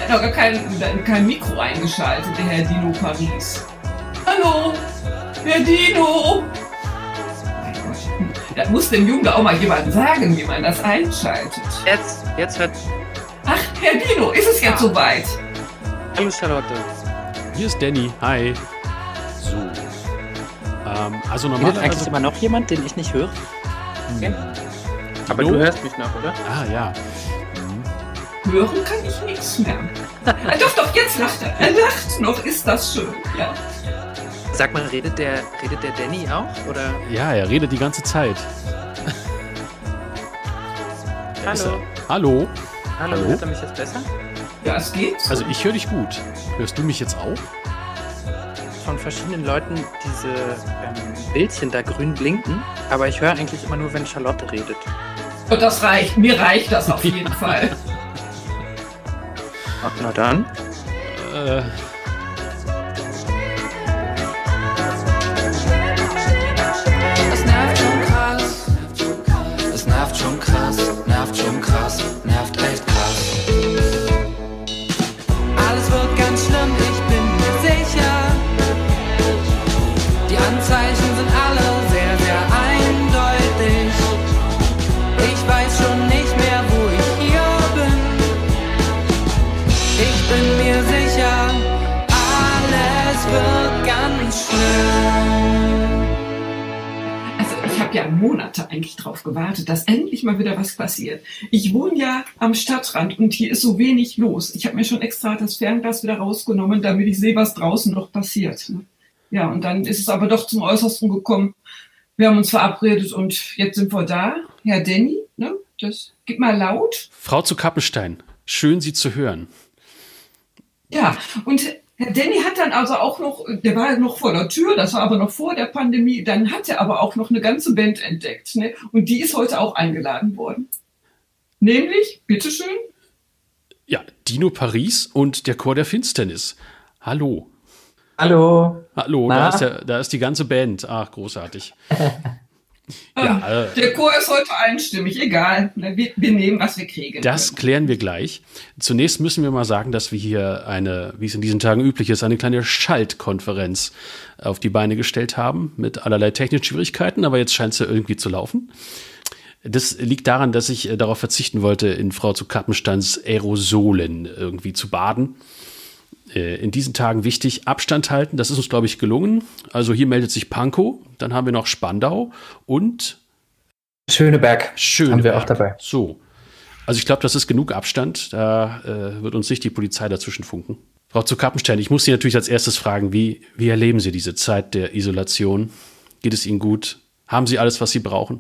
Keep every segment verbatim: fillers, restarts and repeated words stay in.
hat doch gar kein, kein Mikro eingeschaltet, der Herr Dino Paris. Hallo, Herr Dino! Da muss dem Jungen auch mal jemand sagen, wie man das einschaltet. Jetzt, jetzt hört... Ach, Herr Dino, ist es jetzt soweit? Hallo Charlotte. Hier ist Danny, hi. So. Ähm, also Redet normalerweise... eigentlich immer noch jemand, den ich nicht höre? Okay. Aber Hallo? du hörst mich noch, oder? Ah, ja. Hören kann ich nichts mehr. Ah, doch, doch, jetzt lacht er. Er lacht noch, ist das schön. Ja. Sag mal, redet der, redet der Danny auch, oder? Ja, er redet die ganze Zeit. Da ist er. Hallo. Hallo? Hallo, Hallo? hört er mich jetzt besser? Ja, es geht. Also ich höre dich gut. Hörst du mich jetzt auch? Von verschiedenen Leuten diese ähm, Bildchen da grün blinken, aber ich höre eigentlich immer nur, wenn Charlotte redet. Und das reicht. Mir reicht das auf jeden Fall. Ach, na dann. Äh... Es nervt schon krass. Es nervt schon krass. Nervt schon krass. Nervt echt krass. Alles wird ganz schlimm, ich bin mir sicher. Die Anzeichen sind alle sehr, sehr eindeutig. Ich weiß schon nicht mehr, wo ich hier bin. Ich bin mir sicher, alles wird ganz schlimm. Also ich habe ja Monate eigentlich drauf gewartet, dass endlich mal wieder was passiert. Ich wohne ja am Stadtrand und hier ist so wenig los. Ich habe mir schon extra das Fernglas wieder rausgenommen, damit ich sehe, was draußen noch passiert. Ja, und dann ist es aber doch zum Äußersten gekommen. Wir haben uns verabredet und jetzt sind wir da. Herr Danny, ne? Das gib mal laut. Frau zu Kappenstein, schön Sie zu hören. Ja, und Herr Danny hat dann also auch noch, der war noch vor der Tür, das war aber noch vor der Pandemie, dann hat er aber auch noch eine ganze Band entdeckt, ne? Und die ist heute auch eingeladen worden. Nämlich, bitteschön. Ja, Dino Paris und der Chor der Finsternis. Hallo. Hallo. Hallo, Na? da ist, der, da ist die ganze Band. Ach, großartig. Ja, äh, Der Chor ist heute einstimmig, egal. Wir, wir nehmen, was wir kriegen. Das klären wir gleich. Zunächst müssen wir mal sagen, dass wir hier eine, wie es in diesen Tagen üblich ist, eine kleine Schaltkonferenz auf die Beine gestellt haben mit allerlei technischen Schwierigkeiten, aber jetzt scheint es ja irgendwie zu laufen. Das liegt daran, dass ich äh, darauf verzichten wollte, in Frau zu Kappensteins Aerosolen irgendwie zu baden. Äh, in diesen Tagen wichtig, Abstand halten, das ist uns, glaube ich, gelungen. Also hier meldet sich Pankow, dann haben wir noch Spandau und Schöneberg, Schöneberg. haben wir auch dabei. So, also ich glaube, das ist genug Abstand, da äh, wird uns nicht die Polizei dazwischen funken. Frau zu Kappenstein, ich muss Sie natürlich als erstes fragen, wie, wie erleben Sie diese Zeit der Isolation? Geht es Ihnen gut? Haben Sie alles, was Sie brauchen?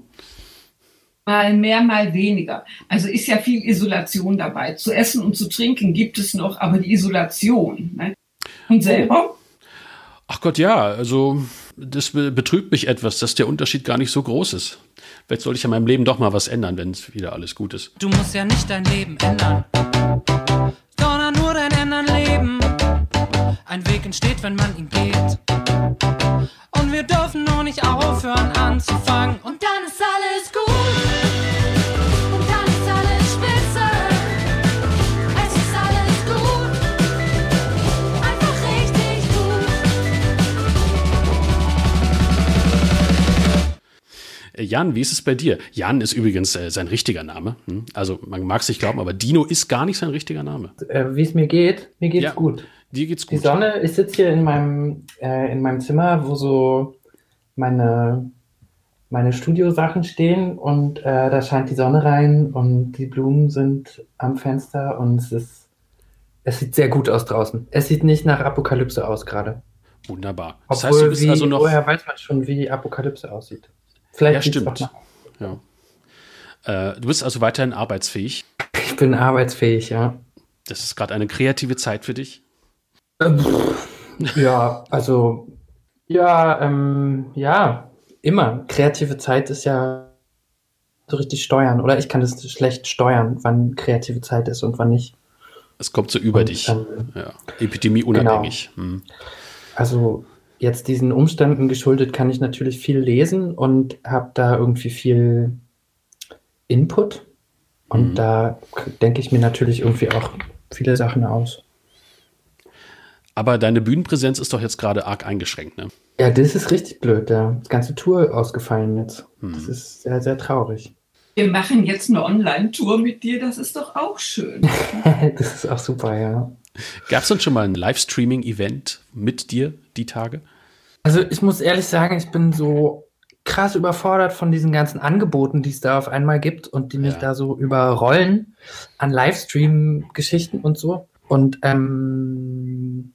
Mal mehr, mal weniger. Also ist ja viel Isolation dabei. Zu essen und zu trinken gibt es noch, aber die Isolation. Ne? Und selber? Ach Gott, ja, also das be- betrübt mich etwas, dass der Unterschied gar nicht so groß ist. Vielleicht sollte ich in meinem Leben doch mal was ändern, wenn es wieder alles gut ist. Du musst ja nicht dein Leben ändern, sondern nur dein ändern Leben. Ein Weg entsteht, wenn man ihn geht. Und wir dürfen nur nicht aufhören anzufangen. Und dann ist alles gut. Und dann ist alles spitze. Es ist alles gut. Einfach richtig gut. Äh, Jan, wie ist es bei dir? Jan ist übrigens äh, sein richtiger Name. Hm? Also man mag es nicht glauben, aber Dino ist gar nicht sein richtiger Name. Äh, Wie es mir geht, mir geht's Ja. gut. Dir geht's Die gut. Sonne, ich sitze hier in meinem, äh, in meinem Zimmer, wo so meine, meine Studiosachen stehen und äh, da scheint die Sonne rein und die Blumen sind am Fenster und es ist, es sieht sehr gut aus draußen. Es sieht nicht nach Apokalypse aus gerade. Wunderbar. Das Obwohl, heißt, du bist wie, also noch... woher weiß man schon, wie Apokalypse aussieht? Vielleicht Ja, sieht's stimmt. auch nach- Ja. Äh, du bist also weiterhin arbeitsfähig. Ich bin arbeitsfähig, ja. Das ist gerade eine kreative Zeit für dich. Äh, pff, Ja, also, ja, ähm, ja, immer. Kreative Zeit ist ja so richtig steuern, oder? Ich kann das schlecht steuern, wann kreative Zeit ist und wann nicht. Es kommt so über Und, dich. ähm, Ja. Epidemieunabhängig. Hm. Also jetzt diesen Umständen geschuldet kann ich natürlich viel lesen und habe da irgendwie viel Input. Und Mhm. da denke ich mir natürlich irgendwie auch viele Sachen aus. Aber deine Bühnenpräsenz ist doch jetzt gerade arg eingeschränkt, ne? Ja, das ist richtig blöd, ja. Das ganze Tour ausgefallen jetzt. Hm. Das ist sehr, sehr traurig. Wir machen jetzt eine Online-Tour mit dir, das ist doch auch schön. Das ist auch super, ja. Gab es denn schon mal ein Livestreaming-Event mit dir die Tage? Also ich muss ehrlich sagen, ich bin so krass überfordert von diesen ganzen Angeboten, die es da auf einmal gibt und die mich Ja. da so überrollen an Livestream-Geschichten und so. Und ähm,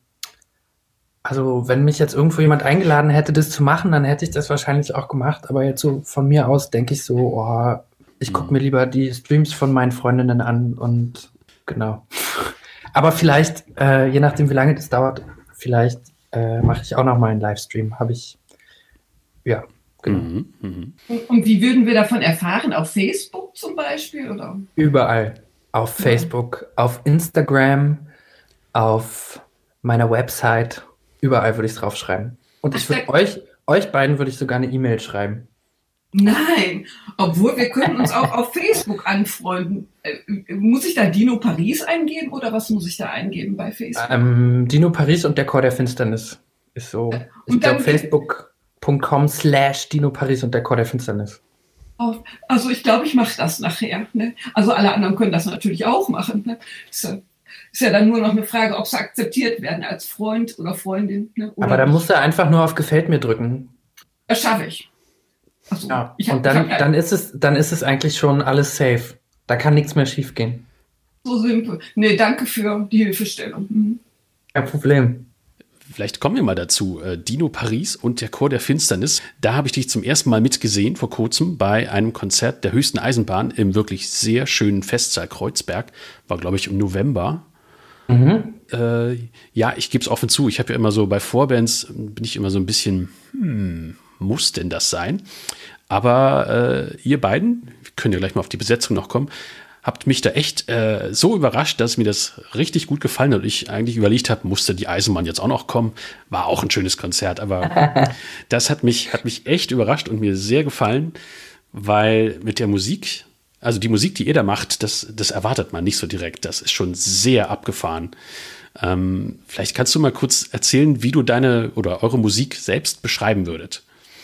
also wenn mich jetzt irgendwo jemand eingeladen hätte, das zu machen, dann hätte ich das wahrscheinlich auch gemacht. Aber jetzt so von mir aus denke ich so, oh, ich gucke mir lieber die Streams von meinen Freundinnen an und genau. Aber vielleicht, äh, je nachdem wie lange das dauert, vielleicht äh, mache ich auch noch mal einen Livestream. Habe ich, ja, genau. Mhm, mhm. Und, und wie würden wir davon erfahren? Auf Facebook zum Beispiel? Oder? Überall. Auf Facebook, auf Instagram, auf meiner Website. Überall würde ich es draufschreiben. Und ich Ach, würde da- euch, euch beiden würde ich sogar eine E-Mail schreiben. Nein, obwohl wir können uns auch auf Facebook anfreunden. Äh, muss ich da Dino Paris eingeben oder was muss ich da eingeben bei Facebook? Ähm, Dino Paris und der Chor der Finsternis ist so. Ich Und dann- glaube, facebook punkt com slash Dino Paris und der Chor der Finsternis. Auf- Also ich glaube, ich mache das nachher. Ne? Also alle anderen können das natürlich auch machen. Ne? Ist, ja, ist ja dann nur noch eine Frage, ob sie akzeptiert werden als Freund oder Freundin. Ne? Oder Aber da musst du einfach nur auf Gefällt mir drücken. das schaffe ich. Ach so, Ja. ich hab, Und dann, ich hab, dann ist es, dann ist es eigentlich schon alles safe. Da kann nichts mehr schief gehen. so simpel. Nee, danke für die Hilfestellung. Mhm. Kein Problem. Vielleicht kommen wir mal dazu. Äh, Dino Paris und der Chor der Finsternis. Da habe ich dich zum ersten Mal mitgesehen, vor kurzem, bei einem Konzert der Höchsten Eisenbahn im wirklich sehr schönen Festsaal Kreuzberg. War, glaube ich, im November. Mhm. Äh, ja, ich gebe es offen zu. Ich habe ja immer so, bei Vorbands bin ich immer so ein bisschen, hm, muss denn das sein? Aber äh, ihr beiden, wir können ja gleich mal auf die Besetzung noch kommen, habt mich da echt äh, so überrascht, dass mir das richtig gut gefallen hat und ich eigentlich überlegt habe, musste die Eisenbahn jetzt auch noch kommen. War auch ein schönes Konzert, aber das hat mich, hat mich echt überrascht und mir sehr gefallen, weil mit der Musik, also die Musik, die ihr da macht, das, das erwartet man nicht so direkt. Das ist schon sehr abgefahren. Ähm, vielleicht kannst du mal kurz erzählen, wie du deine oder eure Musik selbst beschreiben würdet.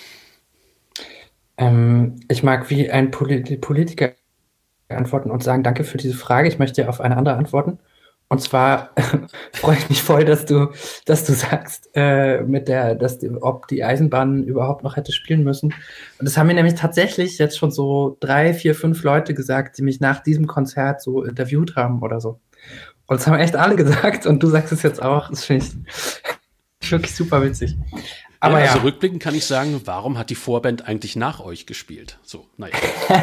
Ähm, ich mag wie ein Polit Politiker antworten und sagen, danke für diese Frage. Ich möchte auf eine andere antworten. Und zwar freue ich mich voll, dass du, dass du sagst, äh, mit der, dass die, ob die Eisenbahn überhaupt noch hätte spielen müssen. Und das haben mir nämlich tatsächlich jetzt schon so drei, vier, fünf Leute gesagt, die mich nach diesem Konzert so interviewt haben oder so. Und das haben echt alle gesagt und du sagst es jetzt auch. Das finde ich wirklich super witzig. Aber ja, ja, also rückblickend kann ich sagen, warum hat die Vorband eigentlich nach euch gespielt? So, naja.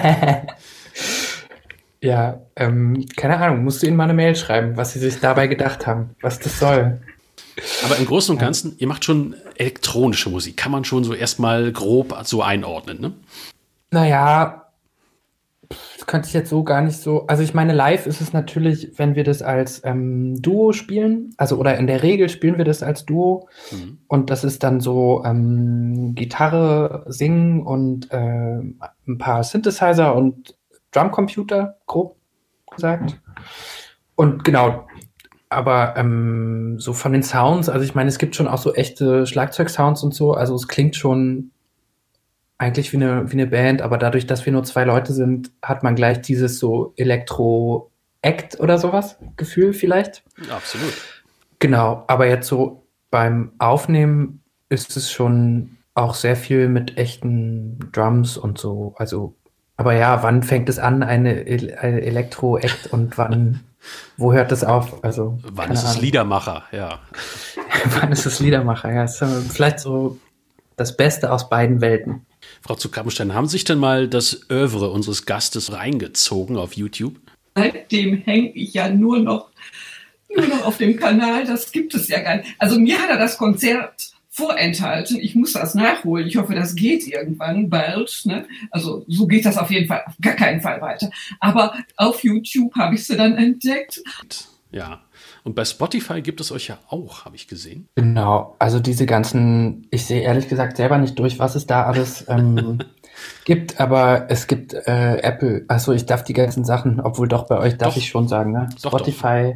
ja, ähm, keine Ahnung, musst du ihnen mal eine Mail schreiben, was sie sich dabei gedacht haben, was das soll. Aber im Großen und Ganzen, ihr macht schon elektronische Musik. Kann man schon so erstmal grob so einordnen, ne? Naja, das könnte ich jetzt so gar nicht so. Also ich meine, live ist es natürlich, wenn wir das als ähm, Duo spielen, also oder in der Regel spielen wir das als Duo Mhm. und das ist dann so ähm, Gitarre, Singen und ähm, ein paar Synthesizer und Drumcomputer, grob gesagt. Und genau, aber ähm, so von den Sounds, also ich meine, es gibt schon auch so echte Schlagzeugsounds und so, also es klingt schon eigentlich wie eine, wie eine Band, aber dadurch, dass wir nur zwei Leute sind, hat man gleich dieses so Elektro-Act oder sowas Gefühl vielleicht. Absolut. Genau, aber jetzt so beim Aufnehmen ist es schon auch sehr viel mit echten Drums und so. Also, aber ja, wann fängt es an, eine, El eine Elektro-Act und wann, wo hört es auf? Also, Wann keine ist es Ahnung. Liedermacher, ja. Wann ist es Liedermacher? Ja, ist äh, vielleicht so das Beste aus beiden Welten. Frau zu Krabbenstein, haben Sie sich denn mal das Övre unseres Gastes reingezogen auf YouTube? Seitdem hänge ich ja nur noch, nur noch auf dem Kanal. Das gibt es ja gar nicht. Also mir hat er das Konzert vorenthalten. Ich muss das nachholen. Ich hoffe, das geht irgendwann bald. Ne? Also so geht das auf jeden Fall, auf gar keinen Fall weiter. Aber auf YouTube habe ich sie dann entdeckt. Ja. Und bei Spotify gibt es euch ja auch, habe ich gesehen. Genau, also diese ganzen, ich sehe ehrlich gesagt selber nicht durch, was es da alles ähm, gibt, aber es gibt äh, Apple, also ich darf die ganzen Sachen, obwohl doch bei euch darf Doch. ich schon sagen, ne? Doch, Spotify,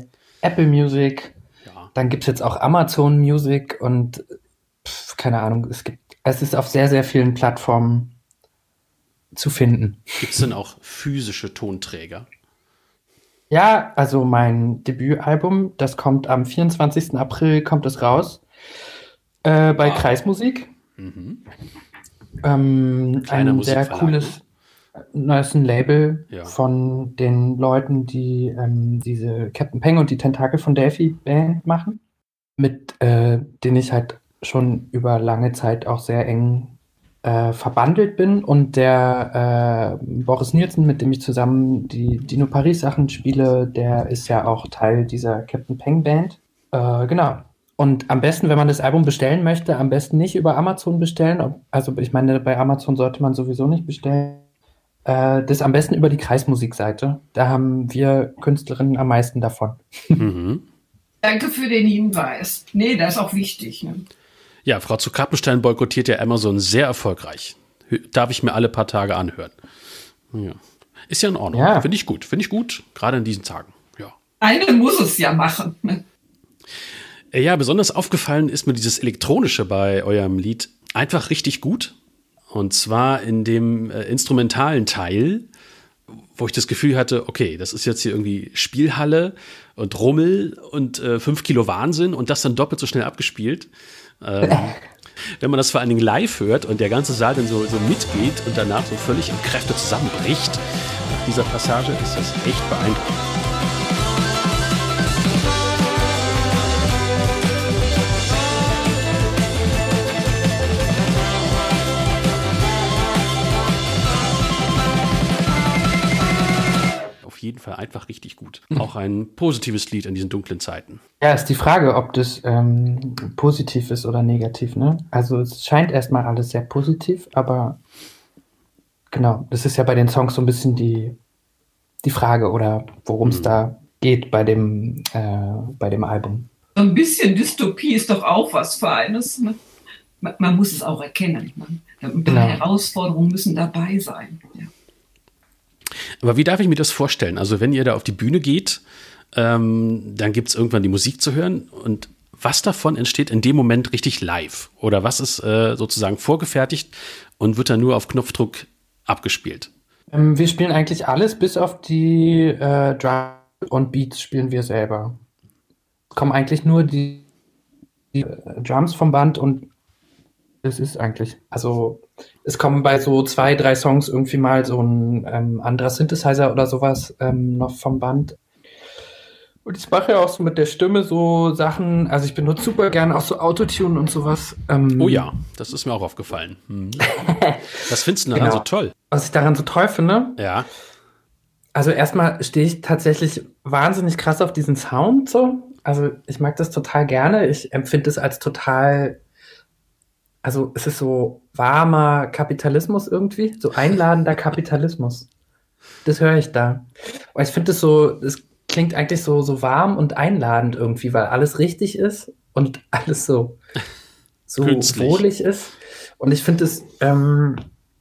Apple Music, Ja. dann gibt es jetzt auch Amazon Music und pf, keine Ahnung, es gibt, es ist auf sehr, sehr vielen Plattformen zu finden. Gibt es denn auch physische Tonträger? Ja, also mein Debütalbum, das kommt am vierundzwanzigsten April, kommt es raus, äh, bei Wow. Kreismusik. Mhm. Ähm, Kleiner ein sehr Musikverlag, cooles, neues Label Ja. von den Leuten, die ähm, diese Captain Peng und die Tentakel von Delphi Band machen, mit äh, denen ich halt schon über lange Zeit auch sehr eng äh, verbandelt bin. Und der äh, Boris Nielsen, mit dem ich zusammen die Dino Paris Sachen spiele, der ist ja auch Teil dieser Captain Peng Band. Äh, genau. Und am besten, wenn man das Album bestellen möchte, am besten nicht über Amazon bestellen. Ob- Also ich meine, bei Amazon sollte man sowieso nicht bestellen. Äh, das am besten über die Kreismusikseite. Da haben wir Künstlerinnen am meisten davon. Mhm. Danke für den Hinweis. Nee, das ist auch wichtig. Ne? Ja, Frau zu Krappenstein boykottiert ja Amazon sehr erfolgreich. Hö- Darf ich mir alle paar Tage anhören. Ja. Ist ja in Ordnung. Ja. Finde ich gut. Finde ich gut, gerade in diesen Tagen. Ja. Eine muss es ja machen. Ne? Äh, Ja, besonders aufgefallen ist mir dieses Elektronische bei eurem Lied einfach richtig gut. Und zwar in dem äh, instrumentalen Teil, wo ich das Gefühl hatte, okay, das ist jetzt hier irgendwie Spielhalle und Rummel und äh, fünf Kilo Wahnsinn und das dann doppelt so schnell abgespielt. Ähm, wenn man das vor allen Dingen live hört und der ganze Saal dann so, so mitgeht und danach so völlig in Kräfte zusammenbricht, nach dieser Passage ist das echt beeindruckend. Auf jeden Fall einfach richtig gut. Auch ein positives Lied in diesen dunklen Zeiten. Ja, ist die Frage, ob das ähm, positiv ist oder negativ, ne? Also es scheint erstmal alles sehr positiv, aber genau, das ist ja bei den Songs so ein bisschen die, die Frage oder worum es Mhm. da geht bei dem, äh, bei dem Album. So ein bisschen Dystopie ist doch auch was Feines. Ne? Man, man muss es auch erkennen. Ne? Ein paar Genau. Herausforderungen müssen dabei sein. Ja. Aber wie darf ich mir das vorstellen? Also wenn ihr da auf die Bühne geht, ähm, dann gibt es irgendwann die Musik zu hören und was davon entsteht in dem Moment richtig live? Oder was ist äh, sozusagen vorgefertigt und wird dann nur auf Knopfdruck abgespielt? Ähm, wir spielen eigentlich alles, bis auf die äh, Drums und Beats spielen wir selber. Es kommen eigentlich nur die, die äh, Drums vom Band und das ist eigentlich, also es kommen bei so zwei, drei Songs irgendwie mal so ein ähm, anderer Synthesizer oder sowas ähm, noch vom Band. Und ich mache ja auch so mit der Stimme so Sachen, also ich benutze super gerne auch so Autotune und sowas. Ähm, Oh ja, das ist mir auch aufgefallen. Mhm. Was findest du daran Genau. so toll? Was ich daran so toll finde, Ja, also erstmal stehe ich tatsächlich wahnsinnig krass auf diesen Sound so. Also ich mag das total gerne. Ich empfinde es als total, also es ist so warmer Kapitalismus irgendwie, so einladender Kapitalismus. Das höre ich da. Und ich finde es so, es klingt eigentlich so, so warm und einladend irgendwie, weil alles richtig ist und alles so, so Künstlich. wohlig ist. Und ich finde es, ähm,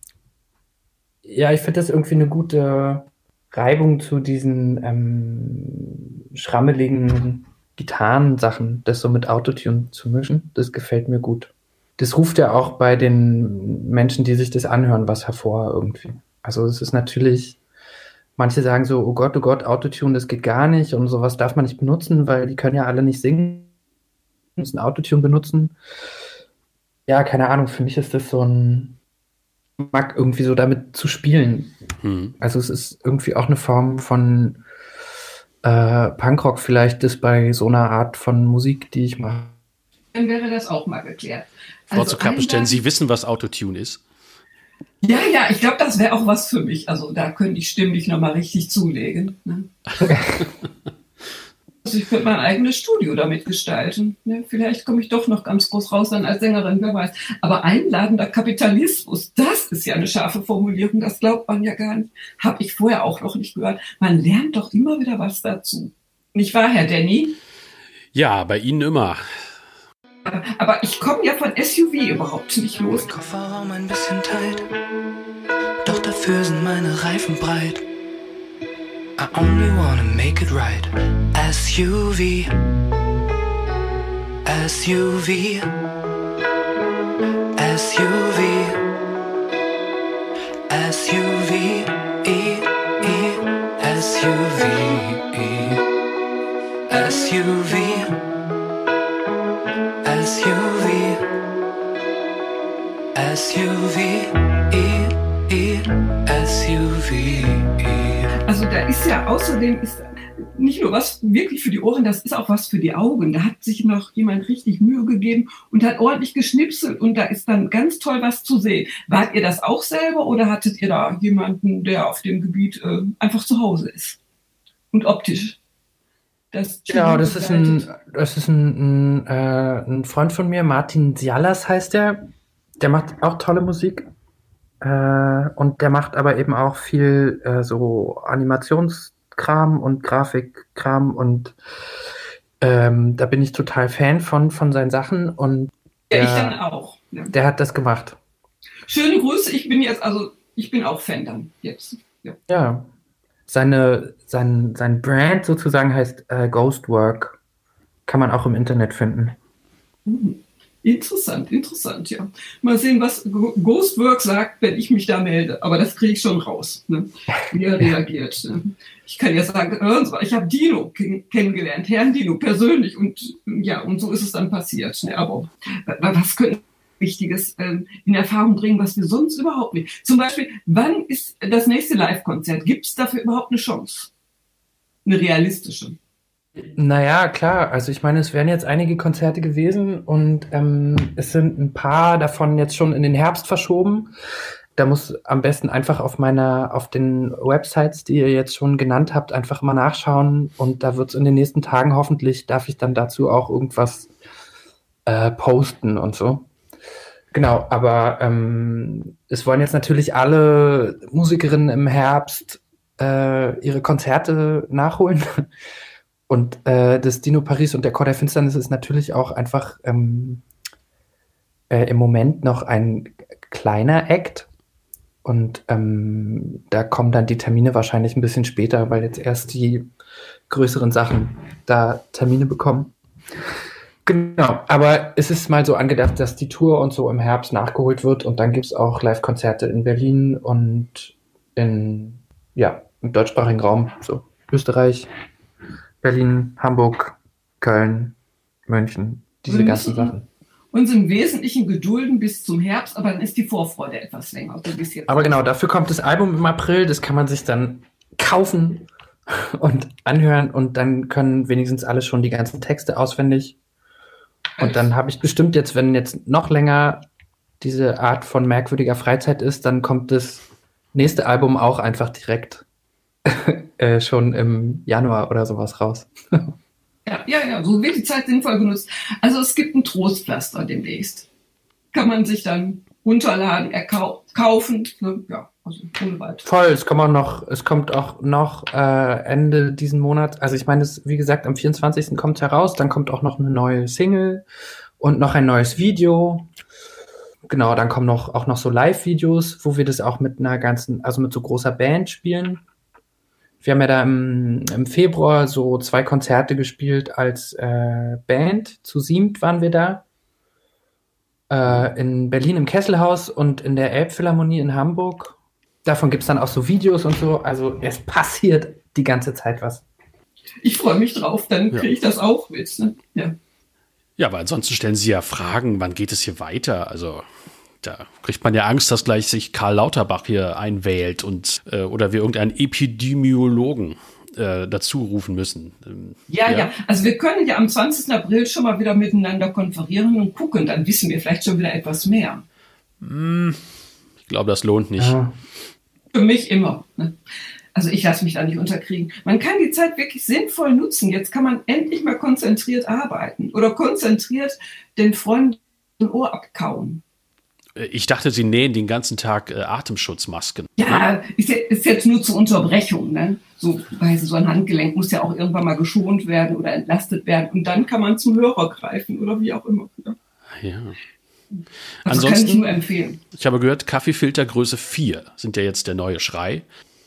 ja, ich finde das irgendwie eine gute Reibung zu diesen ähm, schrammeligen Gitarrensachen, das so mit Autotune zu mischen. Das gefällt mir gut. Das ruft ja auch bei den Menschen, die sich das anhören, was hervor irgendwie. Also es ist natürlich, manche sagen so, oh Gott, oh Gott, Autotune, das geht gar nicht und sowas darf man nicht benutzen, weil die können ja alle nicht singen, müssen Autotune benutzen. Ja, keine Ahnung, für mich ist das so ein, ich mag irgendwie so damit zu spielen. mhm. Also es ist irgendwie auch eine Form von äh, Punkrock vielleicht, das bei so einer Art von Musik, die ich mache. Dann wäre das auch mal geklärt. Frau Also zu Krappenstein, einladen- Sie wissen, was Autotune ist. Ja, ja, ich glaube, das wäre auch was für mich. Also da könnte ich stimmlich nochmal richtig zulegen. Ne? Also ich könnte mein eigenes Studio damit gestalten. Ne? Vielleicht komme ich doch noch ganz groß raus dann als Sängerin, wer weiß. Aber einladender Kapitalismus, das ist ja eine scharfe Formulierung, das glaubt man ja gar nicht. Habe ich vorher auch noch nicht gehört. Man lernt doch immer wieder was dazu. Nicht wahr, Herr Danny? Ja, bei Ihnen immer. Aber, aber ich komme ja von S U V überhaupt nicht los. Kofferraum ein bisschen tight, doch dafür sind meine Reifen breit. I only wanna make it right. S U V, S U V, S U V, S U V, E, E, S U V, E, S U V, S U V, S U V, E, E, S U V, E. Also da ist ja außerdem ist nicht nur was wirklich für die Ohren, das ist auch was für die Augen. Da hat sich noch jemand richtig Mühe gegeben und hat ordentlich geschnipselt und da ist dann ganz toll was zu sehen. Wart ihr das auch selber oder hattet ihr da jemanden, der auf dem Gebiet äh, einfach zu Hause ist? Und optisch? Das Genau, das ist ein, das ist ein, ein, äh, ein Freund von mir, Martin Sialas heißt der. Der macht auch tolle Musik. Äh, und der macht aber eben auch viel äh, so Animationskram und Grafikkram und ähm, da bin ich total Fan von, von seinen Sachen und ja, der, ich dann auch. Ja. Der hat das gemacht. Schöne Grüße, ich bin jetzt, also ich bin auch Fan dann jetzt. Ja, ja. Seine, sein, sein Brand sozusagen heißt äh, Ghostwork. Kann man auch im Internet finden. Mhm. Interessant, interessant, ja. Mal sehen, was Ghostwork sagt, wenn ich mich da melde. Aber das kriege ich schon raus, ne? Wie er reagiert. Ne? Ich kann ja sagen, hören Sie mal, ich habe Dino kennengelernt, Herrn Dino persönlich. Und ja, und so ist es dann passiert. Ne? Aber was könnte Wichtiges ähm, in Erfahrung bringen, was wir sonst überhaupt nicht. Zum Beispiel, wann ist das nächste Live-Konzert? Gibt es dafür überhaupt eine Chance? Eine realistische? Naja, klar. Also ich meine, es wären jetzt einige Konzerte gewesen und ähm, es sind ein paar davon jetzt schon in den Herbst verschoben. Da muss am besten einfach auf meiner, auf den Websites, die ihr jetzt schon genannt habt, einfach mal nachschauen und da wird es in den nächsten Tagen hoffentlich, darf ich dann dazu auch irgendwas äh, posten und so. Genau, aber ähm, es wollen jetzt natürlich alle Musikerinnen im Herbst äh, ihre Konzerte nachholen. Und äh, das Dino Paris und der Chor der Finsternis ist natürlich auch einfach ähm, äh, im Moment noch ein kleiner Act. Und ähm, da kommen dann die Termine wahrscheinlich ein bisschen später, weil jetzt erst die größeren Sachen da Termine bekommen. Genau, aber es ist mal so angedacht, dass die Tour und so im Herbst nachgeholt wird und dann gibt es auch Live-Konzerte in Berlin und in, ja, im deutschsprachigen Raum, so Österreich, Berlin, Hamburg, Köln, München, diese Wir ganzen müssen Sachen. uns im Wesentlichen gedulden bis zum Herbst, aber dann ist die Vorfreude etwas länger. Also bis jetzt. Aber genau, dafür kommt das Album im April, das kann man sich dann kaufen und anhören und dann können wenigstens alle schon die ganzen Texte auswendig. Und dann habe ich bestimmt jetzt, wenn jetzt noch länger diese Art von merkwürdiger Freizeit ist, dann kommt das nächste Album auch einfach direkt äh, schon im Januar oder sowas raus. Ja, ja, ja, so wird die Zeit sinnvoll genutzt. Also es gibt ein Trostpflaster demnächst. Kann man sich dann runterladen, erkau- kaufen, ne? Ja, also ohne weit. Voll, es kommt auch noch, es kommt auch noch äh, Ende diesen Monat, also ich meine, es, wie gesagt, am vierundzwanzigsten kommt es heraus, dann kommt auch noch eine neue Single und noch ein neues Video. Genau, dann kommen noch auch noch so Live-Videos, wo wir das auch mit einer ganzen, also mit so großer Band spielen. Wir haben ja da im, im Februar so zwei Konzerte gespielt als äh, Band. Zu siebt waren wir da. Äh, in Berlin im Kesselhaus und in der Elbphilharmonie in Hamburg. Davon gibt es dann auch so Videos und so. Also es passiert die ganze Zeit was. Ich freue mich drauf, dann kriege ich das auch mit. Ne? Ja. Ja, aber ansonsten stellen Sie ja Fragen, wann geht es hier weiter? Also da kriegt man ja Angst, dass gleich sich Karl Lauterbach hier einwählt und äh, oder wir irgendeinen Epidemiologen äh, dazu rufen müssen. Ähm, ja, ja, ja, also wir können ja am zwanzigsten April schon mal wieder miteinander konferieren und gucken, dann wissen wir vielleicht schon wieder etwas mehr. Hm, ich glaube, das lohnt nicht. Ja. Für mich immer. Ne? Also ich lasse mich da nicht unterkriegen. Man kann die Zeit wirklich sinnvoll nutzen. Jetzt kann man endlich mal konzentriert arbeiten oder konzentriert den Freunden ein Ohr abkauen. Ich dachte, Sie nähen den ganzen Tag äh, Atemschutzmasken. Ja, ist, ja, ist jetzt nur zur Unterbrechung. Ne? So, weil so ein Handgelenk muss ja auch irgendwann mal geschont werden oder entlastet werden. Und dann kann man zum Hörer greifen oder wie auch immer. Ja. Ja. Also kann ich nur empfehlen. Ich habe gehört, Kaffeefilter Größe vier sind ja jetzt der neue Schrei.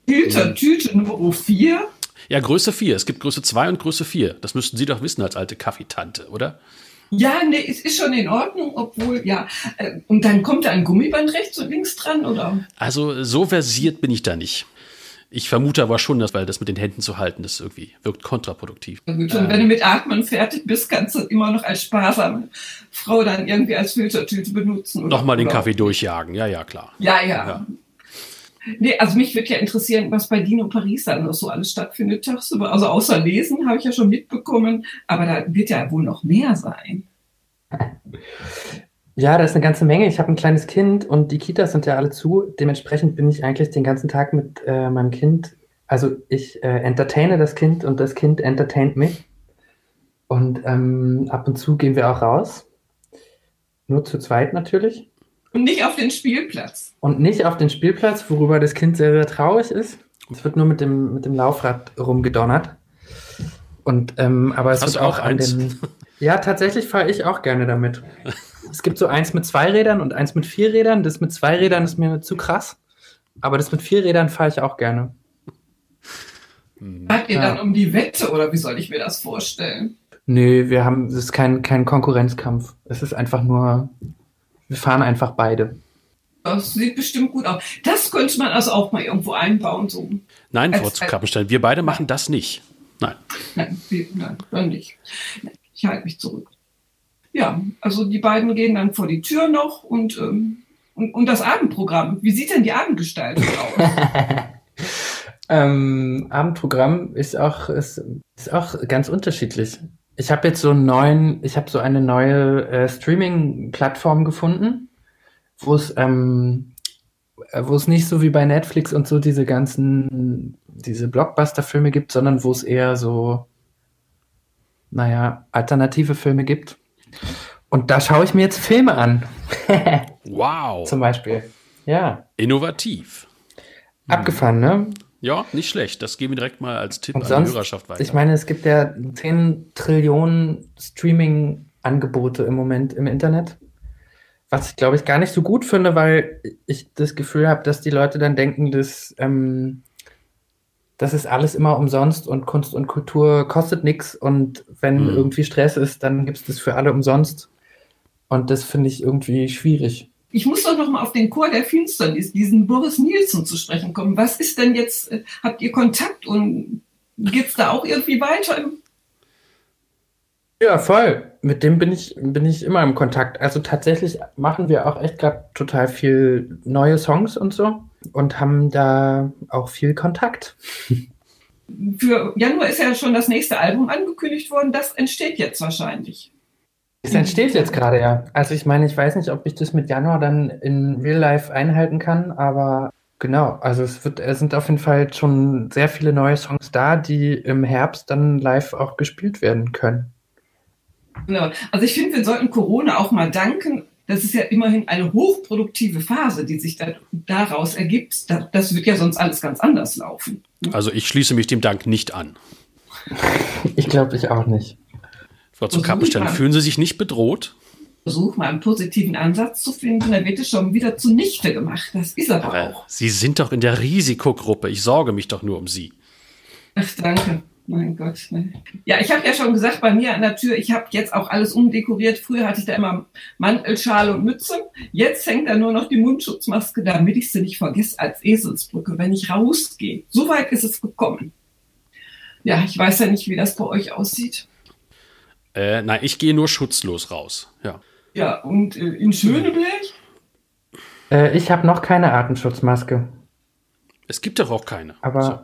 Filtertüte Nummer vier? Ja, Größe vier. Es gibt Größe zwei und Größe vier. Das müssten Sie doch wissen als alte Kaffeetante, oder? Ja, nee, es ist schon in Ordnung, obwohl, ja. Und dann kommt da ein Gummiband rechts und links dran, oder? Also so versiert bin ich da nicht. Ich vermute aber schon, dass, weil das mit den Händen zu halten, das irgendwie wirkt kontraproduktiv. Ja, gut, und ähm. wenn du mit Atmen fertig bist, kannst du immer noch als sparsame Frau dann irgendwie als Filtertüte benutzen. Oder, Nochmal den oder Kaffee durchjagen, ja, ja, klar. Ja, ja, ja. Nee, also mich würde ja interessieren, was bei Dino Paris dann noch so alles stattfindet tagsüber. Also außer Lesen habe ich ja schon mitbekommen, aber da wird ja wohl noch mehr sein. Ja, da ist eine ganze Menge. Ich habe ein kleines Kind und die Kitas sind ja alle zu. Dementsprechend bin ich eigentlich den ganzen Tag mit äh, meinem Kind. Also ich äh, entertaine das Kind und das Kind entertaint mich. Und ähm, ab und zu gehen wir auch raus. Nur zu zweit natürlich. Und nicht auf den Spielplatz. Und nicht auf den Spielplatz, worüber das Kind sehr, sehr traurig ist. Es wird nur mit dem, mit dem Laufrad rumgedonnert. Und, ähm, aber es Hast wird du auch auch an eins? den. Ja, tatsächlich fahre ich auch gerne damit. Es gibt so eins mit zwei Rädern und eins mit vier Rädern. Das mit zwei Rädern ist mir zu krass. Aber das mit vier Rädern fahre ich auch gerne. Fahrt ihr Ja. dann um die Wette oder wie soll ich mir das vorstellen? Nö, wir haben, es ist kein, kein Konkurrenzkampf. Es ist einfach nur, wir fahren einfach beide. Das sieht bestimmt gut aus. Das könnte man also auch mal irgendwo einbauen. So. Nein, Frau Als- zu Kappenstein, wir beide machen das nicht. Nein. Nein, wie- nein, dann nicht. Ich halte mich zurück. Ja, also die beiden gehen dann vor die Tür noch und, ähm, und, und das Abendprogramm. Wie sieht denn die Abendgestaltung aus? Ähm, Abendprogramm ist auch, ist, ist auch ganz unterschiedlich. Ich habe jetzt so einen neuen, ich habe so eine neue äh, Streaming-Plattform gefunden, wo es, ähm, äh, wo es nicht so wie bei Netflix und so diese ganzen, diese Blockbuster-Filme gibt, sondern wo es eher so, naja, alternative Filme gibt. Und da schaue ich mir jetzt Filme an. Wow. Zum Beispiel. Ja. Innovativ. Abgefahren, ne? Ja, nicht schlecht. Das geben wir direkt mal als Tipp Und an sonst, die Hörerschaft weiter. ich meine, es gibt ja zehn Trillionen Streaming-Angebote im Moment im Internet. Was ich, glaube ich, gar nicht so gut finde, weil ich das Gefühl habe, dass die Leute dann denken, dass ähm, das ist alles immer umsonst und Kunst und Kultur kostet nichts und wenn Mhm. irgendwie Stress ist, dann gibt es das für alle umsonst. Und das finde ich irgendwie schwierig. Ich muss doch noch mal auf den Chor der Finsternis, diesen Boris Nielsen zu sprechen kommen. Was ist denn jetzt, äh, habt ihr Kontakt und geht's da auch irgendwie weiter? Im Ja, voll. Mit dem bin ich, bin ich immer im Kontakt. Also tatsächlich machen wir auch echt gerade total viel neue Songs und so und haben da auch viel Kontakt. Für Januar ist ja schon das nächste Album angekündigt worden. Das entsteht jetzt wahrscheinlich. Es entsteht jetzt gerade, ja. Also ich meine, ich weiß nicht, ob ich das mit Januar dann in Real Life einhalten kann, aber genau, also es wird, es sind auf jeden Fall schon sehr viele neue Songs da, die im Herbst dann live auch gespielt werden können. Genau. Also ich finde, wir sollten Corona auch mal danken. Das ist ja immerhin eine hochproduktive Phase, die sich da, daraus ergibt. Das, das wird ja sonst alles ganz anders laufen. Also ich schließe mich dem Dank nicht an. Ich glaube, ich auch nicht. Frau zu Versuch Kappenstein, mal. fühlen Sie sich nicht bedroht? Versuch mal einen positiven Ansatz zu finden, dann wird es schon wieder zunichte gemacht. Das ist aber Aber auch. Sie sind doch in der Risikogruppe. Ich sorge mich doch nur um Sie. Ach, danke. Mein Gott. Ne. Ja, ich habe ja schon gesagt, bei mir an der Tür, ich habe jetzt auch alles umdekoriert. Früher hatte ich da immer Mantel, Schal und Mütze. Jetzt hängt da nur noch die Mundschutzmaske, damit ich sie nicht vergesse als Eselsbrücke, wenn ich rausgehe. So weit ist es gekommen. Ja, ich weiß ja nicht, wie das bei euch aussieht. Äh, nein, ich gehe nur schutzlos raus. Ja. Ja, und äh, in Schöneberg? Äh, ich habe noch keine Atemschutzmaske, Es gibt doch auch keine. aber So.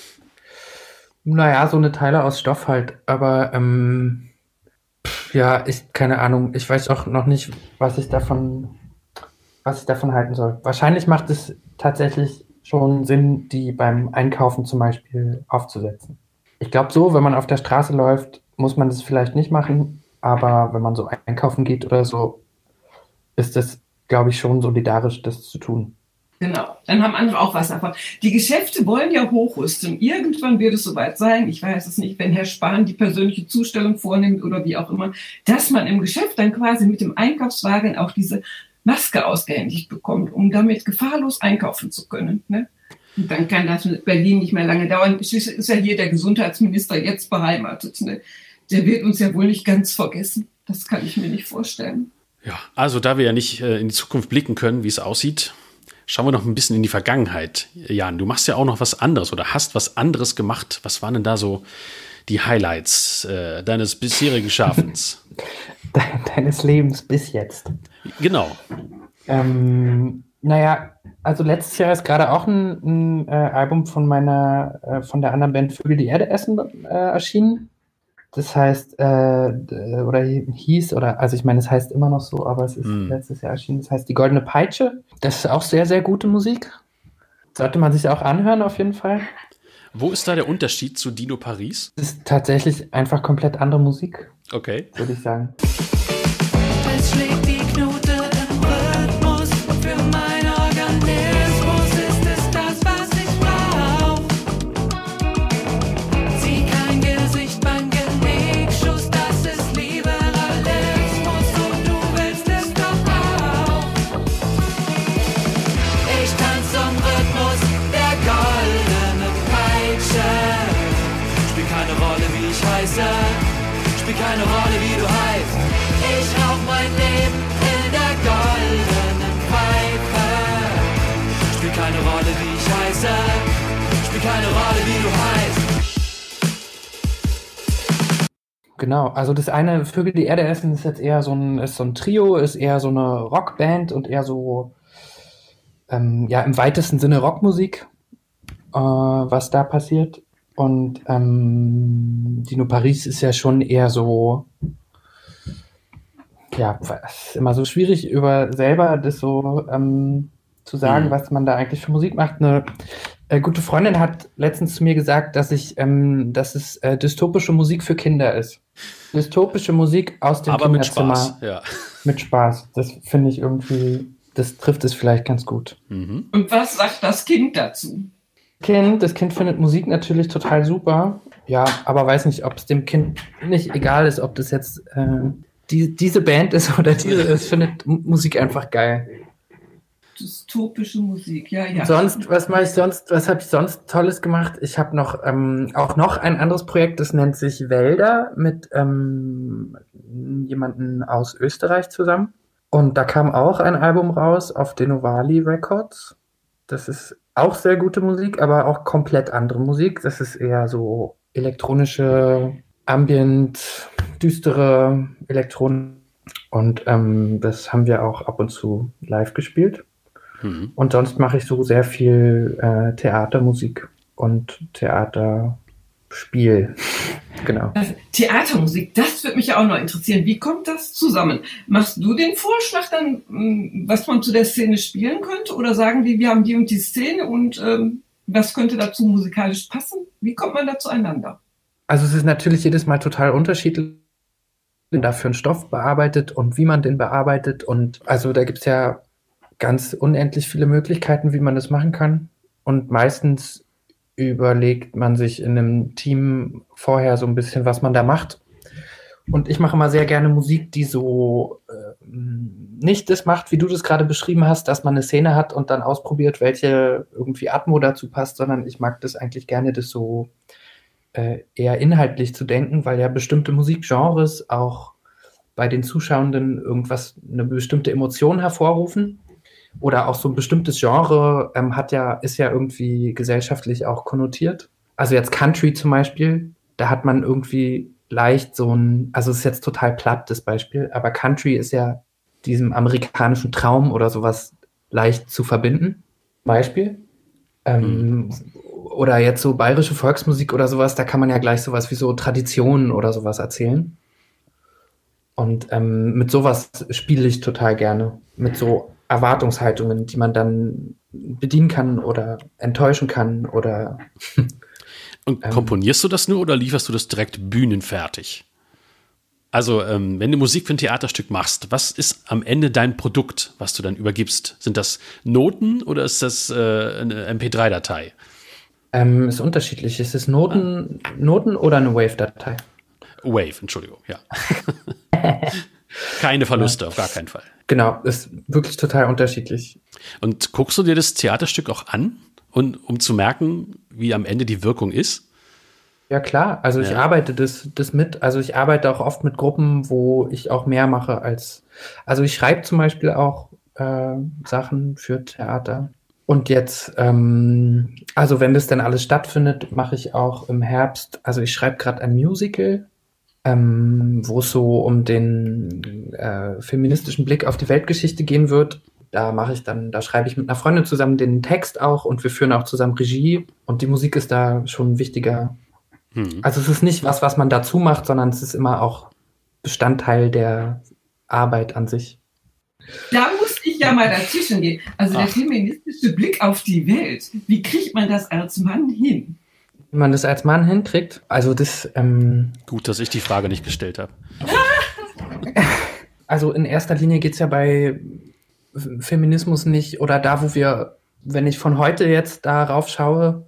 naja, so eine Teile aus Stoff halt. Aber ähm, pff, ja, ich, keine Ahnung. Ich weiß auch noch nicht, was ich davon, was ich davon halten soll. Wahrscheinlich macht es tatsächlich schon Sinn, die beim Einkaufen zum Beispiel aufzusetzen. Ich glaube so, wenn man auf der Straße läuft, muss man das vielleicht nicht machen. Aber wenn man so einkaufen geht oder so, ist es, glaube ich, schon solidarisch, das zu tun. Genau, dann haben andere auch was davon. Die Geschäfte wollen ja hochrüsten. Irgendwann wird es soweit sein, ich weiß es nicht, wenn Herr Spahn die persönliche Zustellung vornimmt oder wie auch immer, dass man im Geschäft dann quasi mit dem Einkaufswagen auch diese Maske ausgehändigt bekommt, um damit gefahrlos einkaufen zu können. Ne? Dann kann das mit Berlin nicht mehr lange dauern. Schließlich ist ja hier der Gesundheitsminister jetzt beheimatet. Ne? Der wird uns ja wohl nicht ganz vergessen. Das kann ich mir nicht vorstellen. Ja, also da wir ja nicht äh, in die Zukunft blicken können, wie es aussieht, schauen wir noch ein bisschen in die Vergangenheit. Jan, du machst ja auch noch was anderes oder hast was anderes gemacht. Was waren denn da so die Highlights äh, deines bisherigen Schaffens? Deines Lebens bis jetzt. Genau. Ähm, naja, also letztes Jahr ist gerade auch ein, ein äh, Album von meiner, äh, von der anderen Band Vögel die Erde essen äh, erschienen. Das heißt, äh, oder hieß, oder, also ich meine, es heißt immer noch so, aber es ist mm. letztes Jahr erschienen. Das heißt Die Goldene Peitsche. Das ist auch sehr, sehr gute Musik. Sollte man sich auch anhören, auf jeden Fall. Wo ist da der Unterschied zu Dino Paris? Das ist tatsächlich einfach komplett andere Musik. Okay. Würde ich sagen. Es schlägt die Knute im Rhythmus. Für meinen Organismus ist es das, was ich brauch. Zieh kein Gesicht beim Genickschuss, das ist Liberalismus und du willst es doch auch. Ich tanz zum Rhythmus der goldenen Peitsche. Spiel keine Rolle, wie ich heiße. Spiel keine Rolle, wie du heißt. Ich rauch mein Leben in der goldenen Pfeife. Spiel keine Rolle, wie ich heiße. Spiel keine Rolle, wie du heißt. Genau, also das eine, Vögel die Erde essen, ist jetzt eher so ein, ist so ein Trio, ist eher so eine Rockband und eher so, ähm, ja, im weitesten Sinne Rockmusik, äh, was da passiert. Und ähm, Dino Paris ist ja schon eher so, ja, es ist immer so schwierig, über selber das so ähm, zu sagen, mhm. was man da eigentlich für Musik macht. Eine äh, gute Freundin hat letztens zu mir gesagt, dass ich, ähm, dass es äh, dystopische Musik für Kinder ist. Dystopische Musik aus dem Aber Kinderzimmer. mit Spaß, ja. Mit Spaß. Das finde ich irgendwie, das trifft es vielleicht ganz gut. Mhm. Und was sagt das Kind dazu? Kind, das Kind findet Musik natürlich total super. Ja, aber weiß nicht, ob es dem Kind nicht egal ist, ob das jetzt äh, die, diese Band ist oder diese. Es findet M- Musik einfach geil. Dystopische Musik, ja, ja. Sonst, was mache ich sonst? Was habe ich sonst Tolles gemacht? Ich habe noch ähm, auch noch ein anderes Projekt, das nennt sich Wälder mit ähm, jemandem aus Österreich zusammen. Und da kam auch ein Album raus auf Denovali Records. Das ist auch sehr gute Musik, aber auch komplett andere Musik. Das ist eher so elektronische, ambient, düstere Elektronik. Und ähm, das haben wir auch ab und zu live gespielt. Mhm. Und sonst mache ich so sehr viel äh, Theatermusik und Theaterspiel. Genau. Also, Theatermusik, das würde mich ja auch noch interessieren. Wie kommt das zusammen? Machst du den Vorschlag dann, was man zu der Szene spielen könnte? Oder sagen die, wir haben die und die Szene und ähm, was könnte dazu musikalisch passen? Wie kommt man da zueinander? Also es ist natürlich jedes Mal total unterschiedlich, dafür einen Stoff bearbeitet und wie man den bearbeitet. Und also da gibt es ja ganz unendlich viele Möglichkeiten, wie man das machen kann. Und meistens überlegt man sich in einem Team vorher so ein bisschen, was man da macht. Und ich mache immer sehr gerne Musik, die so äh, nicht das macht, wie du das gerade beschrieben hast, dass man eine Szene hat und dann ausprobiert, welche irgendwie Atmo dazu passt, sondern ich mag das eigentlich gerne, das so äh, eher inhaltlich zu denken, weil ja bestimmte Musikgenres auch bei den Zuschauenden irgendwas, eine bestimmte Emotion hervorrufen. Oder auch so ein bestimmtes Genre ähm, hat ja, ist ja irgendwie gesellschaftlich auch konnotiert. Also jetzt Country zum Beispiel, da hat man irgendwie leicht so ein, also es ist jetzt total platt, das Beispiel, aber Country ist ja diesem amerikanischen Traum oder sowas leicht zu verbinden. Beispiel. Ähm, mhm. Oder jetzt so bayerische Volksmusik oder sowas, da kann man ja gleich sowas wie so Traditionen oder sowas erzählen. Und ähm, mit sowas spiele ich total gerne. Mit so Erwartungshaltungen, die man dann bedienen kann oder enttäuschen kann oder. Und komponierst du das nur oder lieferst du das direkt bühnenfertig? Also, ähm, wenn du Musik für ein Theaterstück machst, was ist am Ende dein Produkt, was du dann übergibst? Sind das Noten oder ist das äh, eine M P drei Datei? Ähm, ist unterschiedlich. Ist es Noten, ah. Noten oder eine Wave-Datei? Wave, Entschuldigung, ja. Keine Verluste, ja. Auf gar keinen Fall. Genau, ist wirklich total unterschiedlich. Und guckst du dir das Theaterstück auch an? Und um zu merken, wie am Ende die Wirkung ist? Ja, klar. Also ich Ja. arbeite das, das mit. Also ich arbeite auch oft mit Gruppen, wo ich auch mehr mache als. Also ich schreibe zum Beispiel auch äh, Sachen für Theater. Und jetzt, ähm, also wenn das dann alles stattfindet, mache ich auch im Herbst. Also ich schreibe gerade ein Musical, ähm, wo es so um den äh, feministischen Blick auf die Weltgeschichte gehen wird. Da mache ich dann, da schreibe ich mit einer Freundin zusammen den Text auch und wir führen auch zusammen Regie. Und die Musik ist da schon ein wichtiger. Hm. Also es ist nicht was, was man dazu macht, sondern es ist immer auch Bestandteil der Arbeit an sich. Da muss ich ja mal dazwischen gehen. Also der Ach. feministische Blick auf die Welt. Wie kriegt man das als Mann hin? Wenn man das als Mann hinkriegt, also das, ähm, Gut, dass ich die Frage nicht gestellt habe. also in erster Linie geht's ja bei Feminismus nicht, oder da, wo wir, wenn ich von heute jetzt darauf schaue,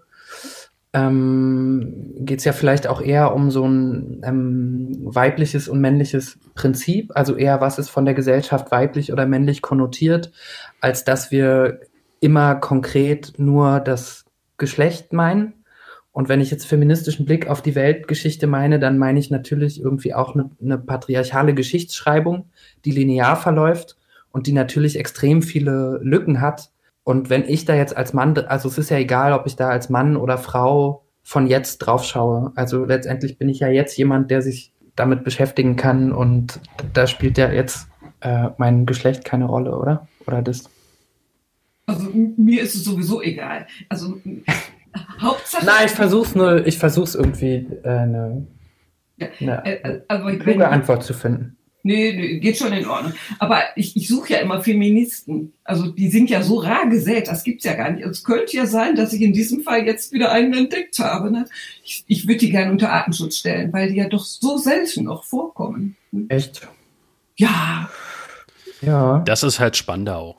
ähm, geht's ja vielleicht auch eher um so ein ähm, weibliches und männliches Prinzip, also eher, was ist von der Gesellschaft weiblich oder männlich konnotiert, als dass wir immer konkret nur das Geschlecht meinen. Und wenn ich jetzt feministischen Blick auf die Weltgeschichte meine, dann meine ich natürlich irgendwie auch eine, eine patriarchale Geschichtsschreibung, die linear verläuft und die natürlich extrem viele Lücken hat. Und wenn ich da jetzt als Mann, also es ist ja egal, ob ich da als Mann oder Frau von jetzt drauf schaue. Also letztendlich bin ich ja jetzt jemand, der sich damit beschäftigen kann und da spielt ja jetzt äh, mein Geschlecht keine Rolle, oder? Oder das? Also m- mir ist es sowieso egal. Also m- Hauptsache. Nein, ich versuch's nur, ich versuch's irgendwie äh, eine, Ja, eine äh, äh, also wenn- kluge Antwort zu finden. Nee, nee, geht schon in Ordnung. Aber ich, ich suche ja immer Feministen. Also die sind ja so rar gesät, das gibt's ja gar nicht. Es könnte ja sein, dass ich in diesem Fall jetzt wieder einen entdeckt habe. Ne? Ich, ich würde die gerne unter Artenschutz stellen, weil die ja doch so selten noch vorkommen. Echt? Ja, Ja. Das ist halt Spandau.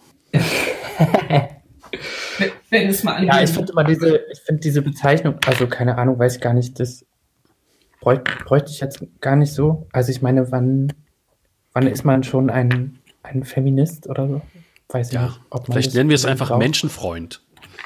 wenn, wenn es mal Ja, angeht. ich finde immer diese, ich finde diese Bezeichnung, also keine Ahnung, weiß ich gar nicht, das bräuchte, bräuchte ich jetzt gar nicht so. Also ich meine, wann, wann ist man schon ein, ein Feminist oder so? Weiß ich Ja, nicht. Ob man vielleicht das nennen wir es einfach braucht. Menschenfreund.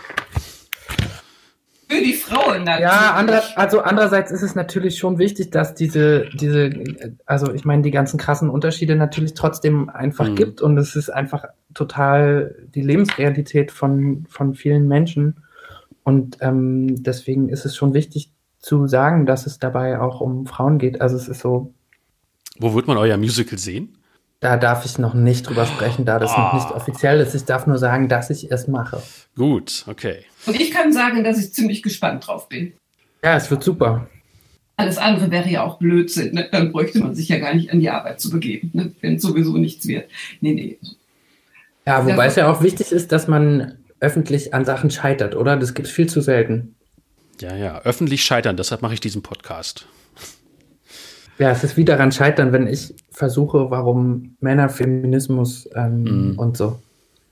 Für die Frauen natürlich. Ja, andere, also andererseits ist es natürlich schon wichtig, dass diese, diese, also ich meine, die ganzen krassen Unterschiede natürlich trotzdem einfach Mhm. gibt und es ist einfach total die Lebensrealität von, von vielen Menschen und ähm, deswegen ist es schon wichtig zu sagen, dass es dabei auch um Frauen geht. Also es ist so, Wo wird man euer Musical sehen? da darf ich noch nicht drüber sprechen, da das noch nicht offiziell ist. Ich darf nur sagen, dass ich es mache. Gut, okay. Und ich kann sagen, dass ich ziemlich gespannt drauf bin. Ja, es wird super. Alles andere wäre ja auch Blödsinn. Ne? Dann bräuchte man sich ja gar nicht an die Arbeit zu begeben, ne? Wenn sowieso nichts wird. Nee, nee. Ja, wobei Ja. es ja auch wichtig ist, dass man öffentlich an Sachen scheitert, oder? Das gibt es viel zu selten. Ja, ja, öffentlich scheitern, deshalb mache ich diesen Podcast. Ja, es ist wie daran scheitern, wenn ich versuche, warum Männer Feminismus ähm, Mhm. und so.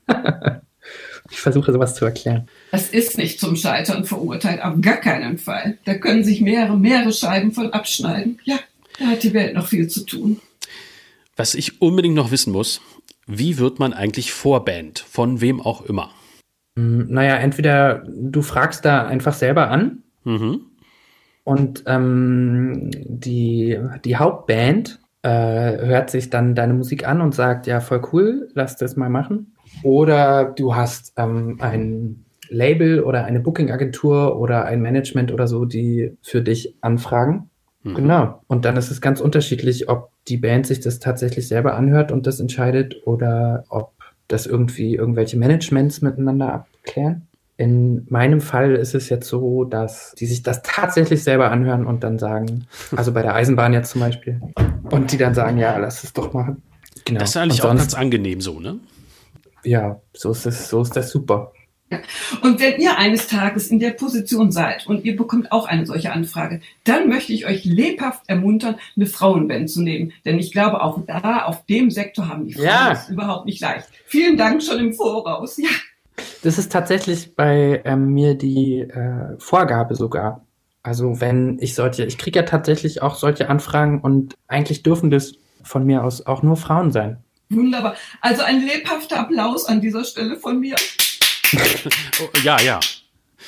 Ich versuche sowas zu erklären. Das ist nicht zum Scheitern verurteilt, auf gar keinen Fall. Da können sich mehrere, mehrere Scheiben von abschneiden. Ja, da hat die Welt noch viel zu tun. Was ich unbedingt noch wissen muss, wie wird man eigentlich Vorband? Von wem auch immer? Hm, Naja, entweder du fragst da einfach selber an Mhm. und ähm, die, die Hauptband äh, hört sich dann deine Musik an und sagt, ja, voll cool, lass das mal machen. Oder du hast ähm, ein Label oder eine Booking-Agentur oder ein Management oder so, die für dich anfragen. Mhm. Genau. Und dann ist es ganz unterschiedlich, ob die Band sich das tatsächlich selber anhört und das entscheidet oder ob das irgendwie irgendwelche Managements miteinander abklären. In meinem Fall ist es jetzt so, dass die sich das tatsächlich selber anhören und dann sagen, also bei der Eisenbahn jetzt zum Beispiel, und die dann sagen, ja, lass es doch machen. Genau. Das ist eigentlich Und auch sonst- ganz angenehm so, ne? Ja, so ist das, so ist das super. Und wenn ihr eines Tages in der Position seid und ihr bekommt auch eine solche Anfrage, dann möchte ich euch lebhaft ermuntern, eine Frauenband zu nehmen. Denn ich glaube, auch da, auf dem Sektor haben die Frauen Ja. es überhaupt nicht leicht. Vielen Dank schon im Voraus. Ja. Das ist tatsächlich bei ähm, mir die äh, Vorgabe sogar. Also wenn ich solche, ich kriege ja tatsächlich auch solche Anfragen und eigentlich dürfen das von mir aus auch nur Frauen sein. Wunderbar. Also ein lebhafter Applaus an dieser Stelle von mir. Oh, ja, ja.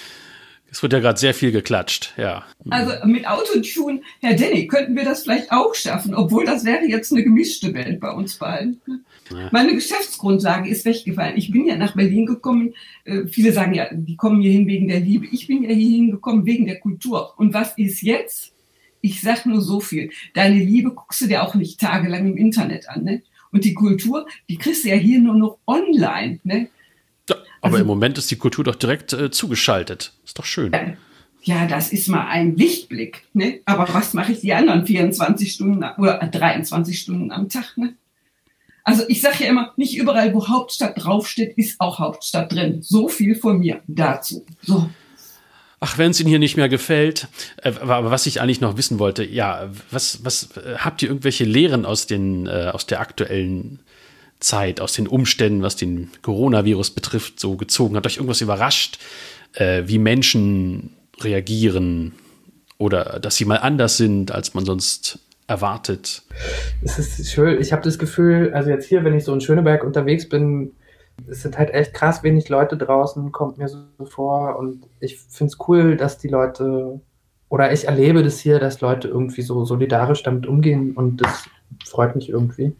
Es wird ja gerade sehr viel geklatscht, ja. Also mit Autotune, Herr Denny, könnten wir das vielleicht auch schaffen, obwohl das wäre jetzt eine gemischte Welt bei uns beiden. Ja. Meine Geschäftsgrundlage ist weggefallen. Ich bin ja nach Berlin gekommen. Äh, viele sagen ja, die kommen hier hin wegen der Liebe. Ich bin ja hier hingekommen wegen der Kultur. Und was ist jetzt? Ich sag nur so viel. Deine Liebe guckst du dir auch nicht tagelang im Internet an, ne? Und die Kultur, die kriegst du ja hier nur noch online, ne? Ja, aber also, im Moment ist die Kultur doch direkt äh, zugeschaltet. Ist doch schön. Ja, ja, das ist mal ein Lichtblick, ne? Aber was mache ich die anderen vierundzwanzig Stunden oder dreiundzwanzig Stunden am Tag, ne? Also ich sage ja immer, nicht überall, wo Hauptstadt draufsteht, ist auch Hauptstadt drin. So viel von mir dazu. So. Ach, wenn es Ihnen hier nicht mehr gefällt. Äh, aber was ich eigentlich noch wissen wollte, ja, was, was äh, habt ihr irgendwelche Lehren aus den, äh, aus der aktuellen Zeit, aus den Umständen, was den Coronavirus betrifft, so gezogen? Hat euch irgendwas überrascht, äh, wie Menschen reagieren oder dass sie mal anders sind, als man sonst erwartet? Es ist schön. Ich habe das Gefühl, also jetzt hier, wenn ich so in Schöneberg unterwegs bin, es sind halt echt krass wenig Leute draußen, kommt mir so vor. Und ich finde es cool, dass die Leute, oder ich erlebe das hier, dass Leute irgendwie so solidarisch damit umgehen und das freut mich irgendwie.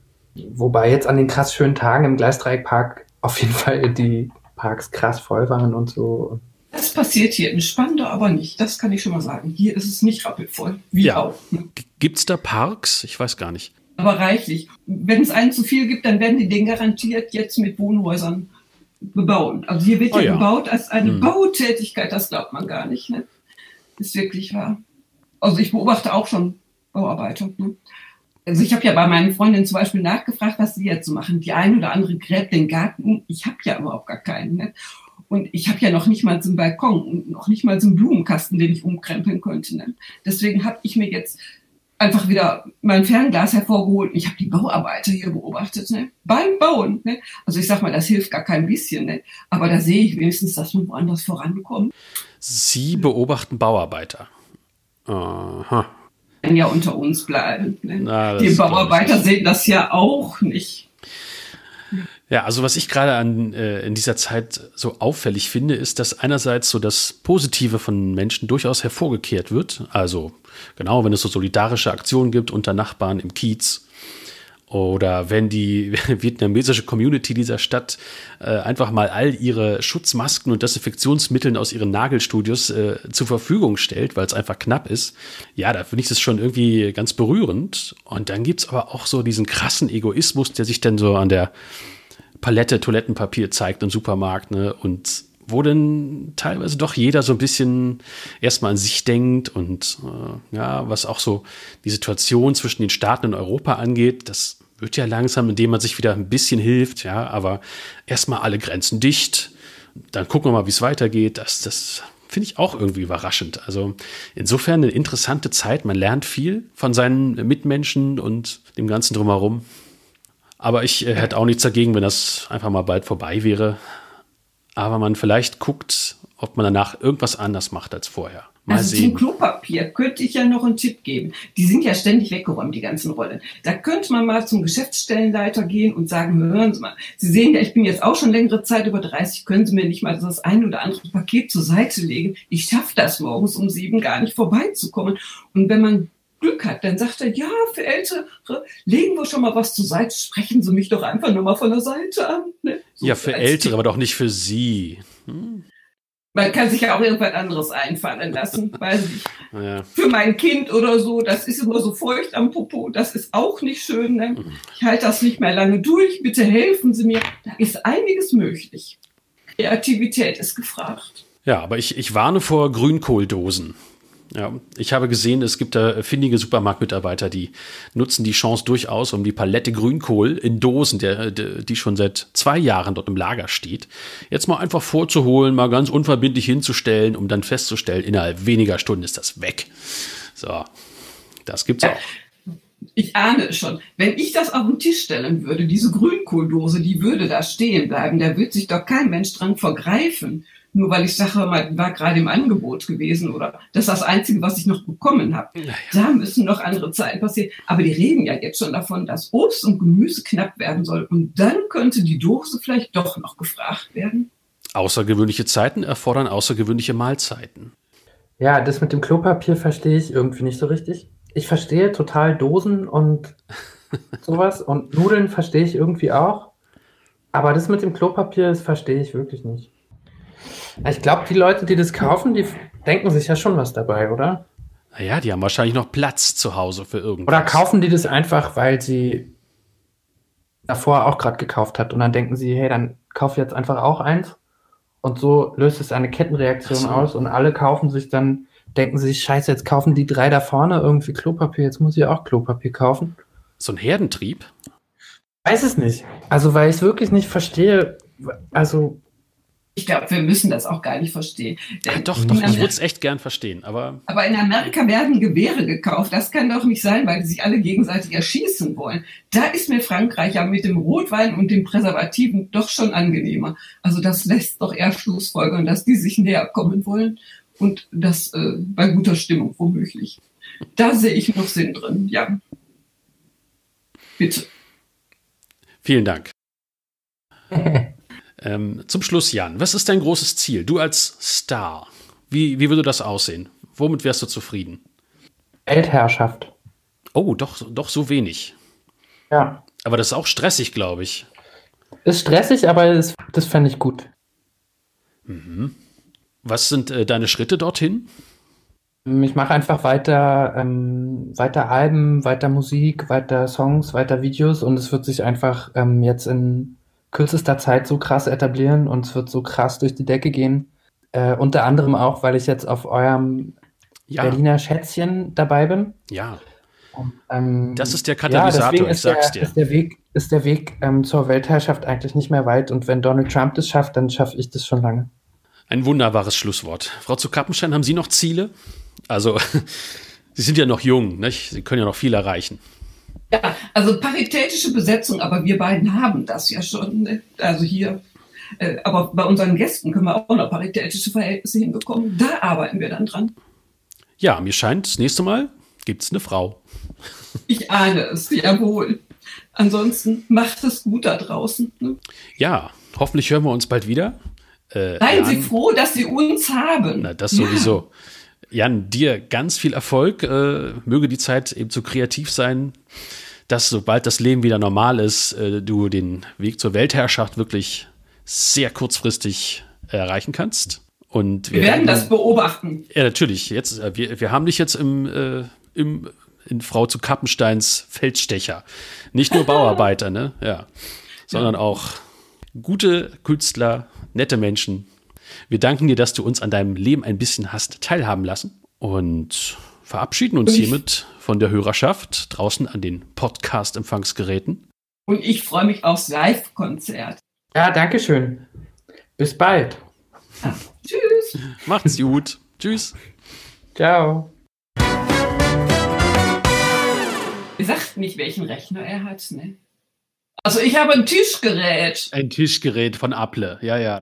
Wobei jetzt an den krass schönen Tagen im Gleisdreieckpark auf jeden Fall die Parks krass voll waren und so. Das passiert hier in Spandau aber nicht. Das kann ich schon mal sagen. Hier ist es nicht rappelvoll. Wie ja. auch. Gibt es da Parks? Ich weiß gar nicht. Aber reichlich. Wenn es einen zu viel gibt, dann werden die den garantiert jetzt mit Wohnhäusern bebauen. Also hier wird oh, ja, ja gebaut als eine hm. Bautätigkeit. Das glaubt man gar nicht. Ne? Ist wirklich wahr. Also ich beobachte auch schon Bauarbeiter. Ne? Also ich habe ja bei meinen Freundinnen zum Beispiel nachgefragt, was sie jetzt so machen. Die eine oder andere gräbt den Garten um. Ich habe ja überhaupt gar keinen. Ne? Und ich habe ja noch nicht mal so einen Balkon und noch nicht mal so einen Blumenkasten, den ich umkrempeln könnte. Ne? Deswegen habe ich mir jetzt einfach wieder mein Fernglas hervorgeholt. Ich habe die Bauarbeiter hier beobachtet, ne? Beim Bauen. Ne? Also ich sag mal, das hilft gar kein bisschen. Ne? Aber da sehe ich wenigstens, dass wir woanders vorankommen. Sie beobachten Bauarbeiter. Aha. Ja, unter uns bleiben. Ne? Na, die Bauarbeiter sehen das ja auch nicht. Ja, also was ich gerade an äh, in dieser Zeit so auffällig finde, ist, dass einerseits so das Positive von Menschen durchaus hervorgekehrt wird. Also genau, wenn es so solidarische Aktionen gibt unter Nachbarn im Kiez oder wenn die vietnamesische Community dieser Stadt äh, einfach mal all ihre Schutzmasken und Desinfektionsmittel aus ihren Nagelstudios äh, zur Verfügung stellt, weil es einfach knapp ist. Ja, da finde ich das schon irgendwie ganz berührend. Und dann gibt's aber auch so diesen krassen Egoismus, der sich dann so an der Palette Toilettenpapier zeigt im Supermarkt, ne, und wo dann teilweise doch jeder so ein bisschen erstmal an sich denkt und äh, ja, was auch so die Situation zwischen den Staaten in Europa angeht, das wird ja langsam, indem man sich wieder ein bisschen hilft, ja, aber erstmal alle Grenzen dicht, dann gucken wir mal, wie es weitergeht, das, das finde ich auch irgendwie überraschend. Also insofern eine interessante Zeit, man lernt viel von seinen Mitmenschen und dem Ganzen drumherum. Aber ich äh, hätte auch nichts dagegen, wenn das einfach mal bald vorbei wäre. Aber man vielleicht guckt, ob man danach irgendwas anders macht als vorher. Mal also sehen. Zum Klopapier könnte ich ja noch einen Tipp geben. Die sind ja ständig weggeräumt, die ganzen Rollen. Da könnte man mal zum Geschäftsstellenleiter gehen und sagen, hören Sie mal, Sie sehen ja, ich bin jetzt auch schon längere Zeit über dreißig, können Sie mir nicht mal das ein oder andere Paket zur Seite legen? Ich schaffe das morgens um sieben gar nicht vorbeizukommen. Und wenn man Glück hat, dann sagt er, ja, für Ältere legen wir schon mal was zur Seite, sprechen Sie mich doch einfach nur mal von der Seite an. Ne? So ja, für Ältere, aber doch nicht für Sie. Hm. Man kann sich ja auch irgendwas anderes einfallen lassen, weiß ich. Ja. Für mein Kind oder so, das ist immer so feucht am Popo, das ist auch nicht schön. Ne? Ich halte das nicht mehr lange durch, bitte helfen Sie mir. Da ist einiges möglich. Kreativität ist gefragt. Ja, aber ich, ich warne vor Grünkohldosen. Ja, ich habe gesehen, es gibt da findige Supermarktmitarbeiter, die nutzen die Chance durchaus, um die Palette Grünkohl in Dosen, der, der, die schon seit zwei Jahren dort im Lager steht, jetzt mal einfach vorzuholen, mal ganz unverbindlich hinzustellen, um dann festzustellen, innerhalb weniger Stunden ist das weg. So, das gibt's auch. Ich ahne es schon. Wenn ich das auf den Tisch stellen würde, diese Grünkohldose, die würde da stehen bleiben, da wird sich doch kein Mensch dran vergreifen. Nur weil ich sage, man war gerade im Angebot gewesen oder das ist das Einzige, was ich noch bekommen habe. Ja, ja. Da müssen noch andere Zeiten passieren. Aber die reden ja jetzt schon davon, dass Obst und Gemüse knapp werden soll. Und dann könnte die Dose vielleicht doch noch gefragt werden. Außergewöhnliche Zeiten erfordern außergewöhnliche Mahlzeiten. Ja, das mit dem Klopapier verstehe ich irgendwie nicht so richtig. Ich verstehe total Dosen und sowas und Nudeln verstehe ich irgendwie auch. Aber das mit dem Klopapier, das verstehe ich wirklich nicht. Ich glaube, die Leute, die das kaufen, die denken sich ja schon was dabei, oder? Naja, die haben wahrscheinlich noch Platz zu Hause für irgendwas. Oder kaufen die das einfach, weil sie davor auch gerade gekauft hat und dann denken sie, hey, dann kauf jetzt einfach auch eins. Und so löst es eine Kettenreaktion Ach so. aus und alle kaufen sich dann, denken sich, scheiße, jetzt kaufen die drei da vorne irgendwie Klopapier, jetzt muss ich auch Klopapier kaufen. So ein Herdentrieb? Weiß es nicht. Also, weil ich es wirklich nicht verstehe. Also, Ich glaube, wir müssen das auch gar nicht verstehen. Denn Ja, doch, in doch, ich Amer- würde es echt gern verstehen, aber Aber in Amerika werden Gewehre gekauft. Das kann doch nicht sein, weil die sich alle gegenseitig erschießen wollen. Da ist mir Frankreich ja mit dem Rotwein und dem Präservativen doch schon angenehmer. Also das lässt doch eher schlussfolgern, dass die sich näher kommen wollen und das äh, bei guter Stimmung womöglich. Da sehe ich noch Sinn drin, ja. Bitte. vielen Dank. ähm, zum Schluss, Jan, was ist dein großes Ziel? Du als Star, wie, wie würde das aussehen? Womit wärst du zufrieden? Weltherrschaft. Oh, doch, doch so wenig. Ja. Aber das ist auch stressig, glaube ich. Ist stressig, aber das, das fände ich gut. Was sind äh, deine Schritte dorthin? Ich mache einfach weiter, ähm, weiter Alben, weiter Musik, weiter Songs, weiter Videos und es wird sich einfach ähm, jetzt in kürzester Zeit so krass etablieren und es wird so krass durch die Decke gehen. Äh, unter anderem auch, weil ich jetzt auf eurem Ja, Berliner Schätzchen dabei bin. ja. Ähm, Das ist der Katalysator, deswegen ich ist der, sag's dir. Ist der Weg, ist der Weg ähm, zur Weltherrschaft eigentlich nicht mehr weit und wenn Donald Trump das schafft, dann schaffe ich das schon lange. Ein wunderbares Schlusswort. Frau zu Kappenstein, haben Sie noch Ziele? Also, Sie sind ja noch jung, nicht? Sie können ja noch viel erreichen. Ja, also paritätische Besetzung, aber wir beiden haben das ja schon. Ne? Also hier, äh, aber bei unseren Gästen können wir auch noch paritätische Verhältnisse hinbekommen. Da arbeiten wir dann dran. Ja, mir scheint, das nächste Mal gibt's eine Frau. Ich ahne es, jawohl. Ansonsten macht es gut da draußen. Ne? Ja, hoffentlich hören wir uns bald wieder. Äh, Seien Sie Jan, froh, dass Sie uns haben. na, das sowieso. Jan, dir ganz viel Erfolg. Äh, möge die Zeit eben so kreativ sein, dass sobald das Leben wieder normal ist, äh, du den Weg zur Weltherrschaft wirklich sehr kurzfristig erreichen kannst. Und Wir werden das beobachten. Ja, natürlich. Jetzt, äh, wir, wir haben dich jetzt im, äh, im, in Frau zu Kappensteins Feldstecher. Nicht nur Bauarbeiter, ne? Ja. Sondern auch gute Künstler, nette Menschen. Wir danken dir, dass du uns an deinem Leben ein bisschen hast teilhaben lassen und verabschieden uns Ich- hiermit von der Hörerschaft draußen an den Podcast-Empfangsgeräten. Und ich freue mich aufs Live-Konzert. Ja, danke schön. Bis bald. Tschüss. Macht's gut. Tschüss. Ciao. Ihr sagt nicht, welchen Rechner er hat, ne? Also ich habe ein Tischgerät. Ein Tischgerät von Apple. Ja, ja.